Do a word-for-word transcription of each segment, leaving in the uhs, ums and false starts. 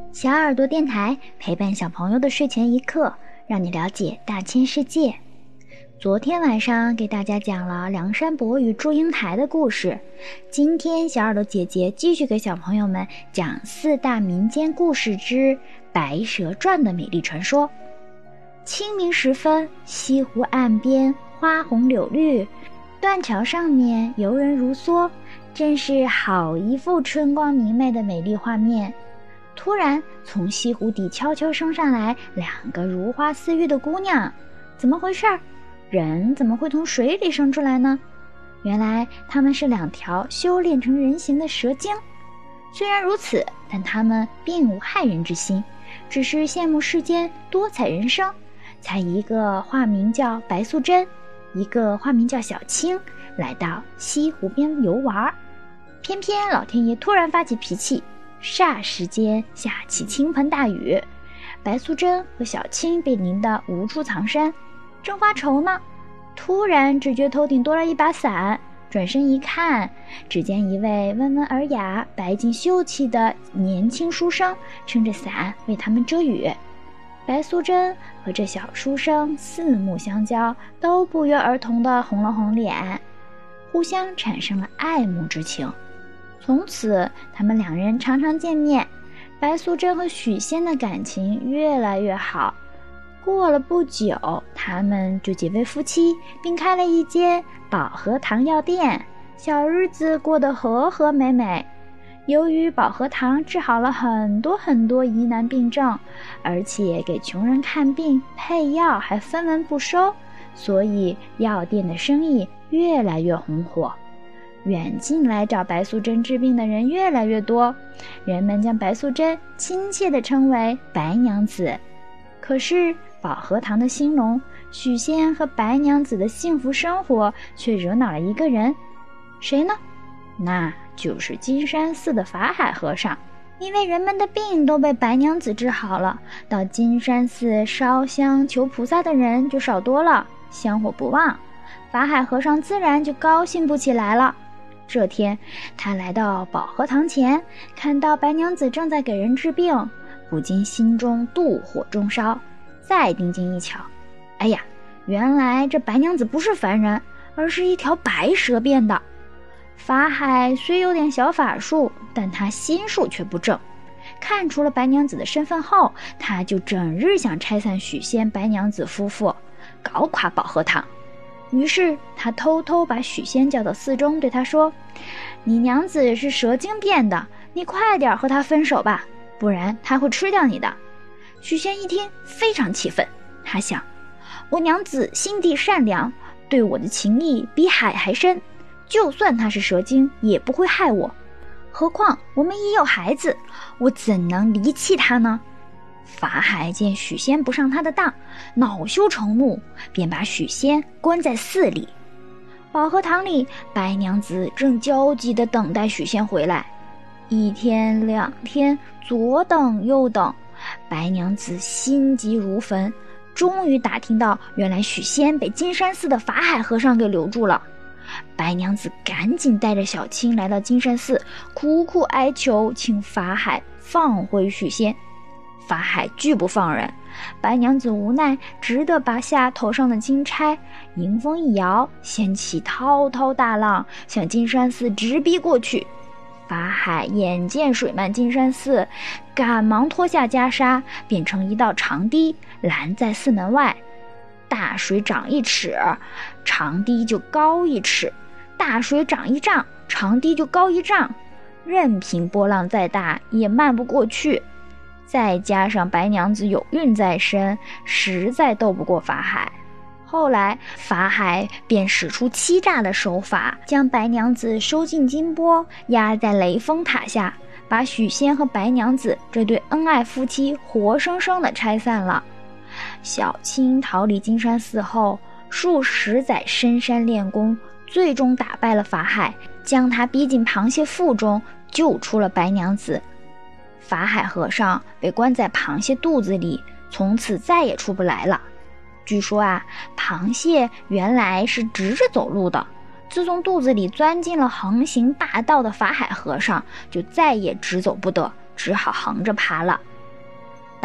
小耳朵电台陪伴小朋友的睡前一刻，让你了解大千世界。昨天晚上给大家讲了梁山伯与祝英台的故事，今天小耳朵姐姐继续给小朋友们讲四大民间故事之白蛇传的美丽传说。清明时分，西湖岸边花红柳绿，断桥上面游人如梭，真是好一幅春光明媚的美丽画面。突然从西湖底悄悄升上来两个如花似玉的姑娘，怎么回事？人怎么会从水里生出来呢？原来她们是两条修炼成人形的蛇精。虽然如此，但她们并无害人之心，只是羡慕世间多彩人生，才一个化名叫白素贞，一个化名叫小青，来到西湖边游玩。偏偏老天爷突然发起脾气，霎时间下起倾盆大雨，白素贞和小青被淋得无处藏身。正发愁呢，突然只觉头顶多了一把伞，转身一看，只见一位温文尔雅、白净秀气的年轻书生撑着伞为他们遮雨。白素贞和这小书生四目相交，都不约而同地红了红脸，互相产生了爱慕之情。从此他们两人常常见面，白素贞和许仙的感情越来越好。过了不久，他们就结为夫妻，并开了一间保和堂药店，小日子过得和和美美。由于保和堂治好了很多很多疑难病症，而且给穷人看病配药还分文不收，所以药店的生意越来越红火。远近来找白素贞治病的人越来越多，人们将白素贞亲切地称为白娘子。可是保和堂的兴隆，许仙和白娘子的幸福生活却惹恼了一个人，谁呢？那就是金山寺的法海和尚。因为人们的病都被白娘子治好了，到金山寺烧香求菩萨的人就少多了，香火不旺，法海和尚自然就高兴不起来了。这天他来到保和堂前，看到白娘子正在给人治病，不禁心中妒火中烧。再定睛一瞧，哎呀，原来这白娘子不是凡人，而是一条白蛇变的。法海虽有点小法术，但他心术却不正。看出了白娘子的身份后，他就整日想拆散许仙、白娘子夫妇，搞垮保和堂。于是他偷偷把许仙叫到寺中，对他说：你娘子是蛇精变的，你快点和她分手吧，不然她会吃掉你的。许仙一听非常气愤，他想，我娘子心地善良，对我的情谊比海还深，就算她是蛇精也不会害我，何况我们已有孩子，我怎能离弃她呢？法海见许仙不上他的当，恼羞成怒，便把许仙关在寺里。保和堂里，白娘子正焦急地等待许仙回来，一天两天，左等右等，白娘子心急如焚，终于打听到原来许仙被金山寺的法海和尚给留住了。白娘子赶紧带着小青来到金山寺，苦苦哀求请法海放回许仙。法海拒不放人，白娘子无奈，只得拔下头上的金钗，迎风一摇，掀起滔滔大浪，向金山寺直逼过去。法海眼见水漫金山寺，赶忙脱下袈裟，变成一道长堤，拦在寺门外。大水涨一尺，长堤就高一尺；大水涨一丈，长堤就高一丈。任凭波浪再大，也漫不过去。再加上白娘子有孕在身，实在斗不过法海。后来法海便使出欺诈的手法，将白娘子收进金钵，压在雷峰塔下，把许仙和白娘子这对恩爱夫妻活生生地拆散了。小青逃离金山寺后，数十载深山练功，最终打败了法海，将他逼进螃蟹腹中，救出了白娘子。法海和尚被关在螃蟹肚子里，从此再也出不来了。据说啊，螃蟹原来是直着走路的，自从肚子里钻进了横行霸道的法海和尚，就再也直走不得，只好横着爬了。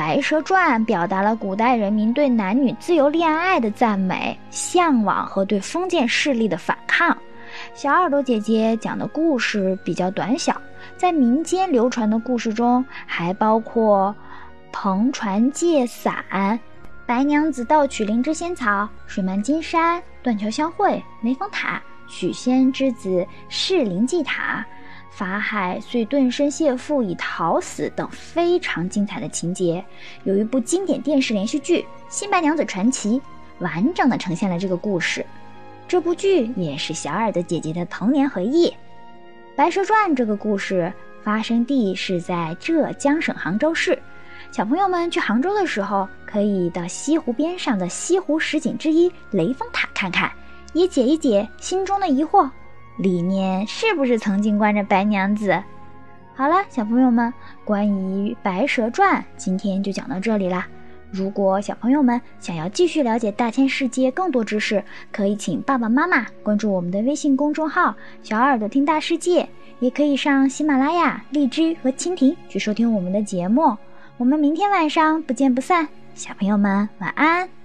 白蛇传》表达了古代人民对男女自由恋爱的赞美、向往和对封建势力的反抗。小耳朵姐姐讲的故事比较短小，在民间流传的故事中还包括篷船借伞、白娘子盗取灵芝仙草、水漫金山、断桥相会、梅峰塔、许仙之子释灵祭塔、法海遂遁身谢父以讨死等非常精彩的情节。有一部经典电视连续剧《新白娘子传奇》完整的呈现了这个故事。这部剧也是小耳朵姐姐的童年回忆。白蛇传这个故事发生地是在浙江省杭州市，小朋友们去杭州的时候可以到西湖边上的西湖十景之一雷峰塔看看，也解一解心中的疑惑，里面是不是曾经关着白娘子。好了，小朋友们，关于白蛇传今天就讲到这里啦。如果小朋友们想要继续了解大千世界更多知识，可以请爸爸妈妈关注我们的微信公众号小耳朵听大世界，也可以上喜马拉雅、荔枝和蜻蜓去收听我们的节目。我们明天晚上不见不散，小朋友们晚安。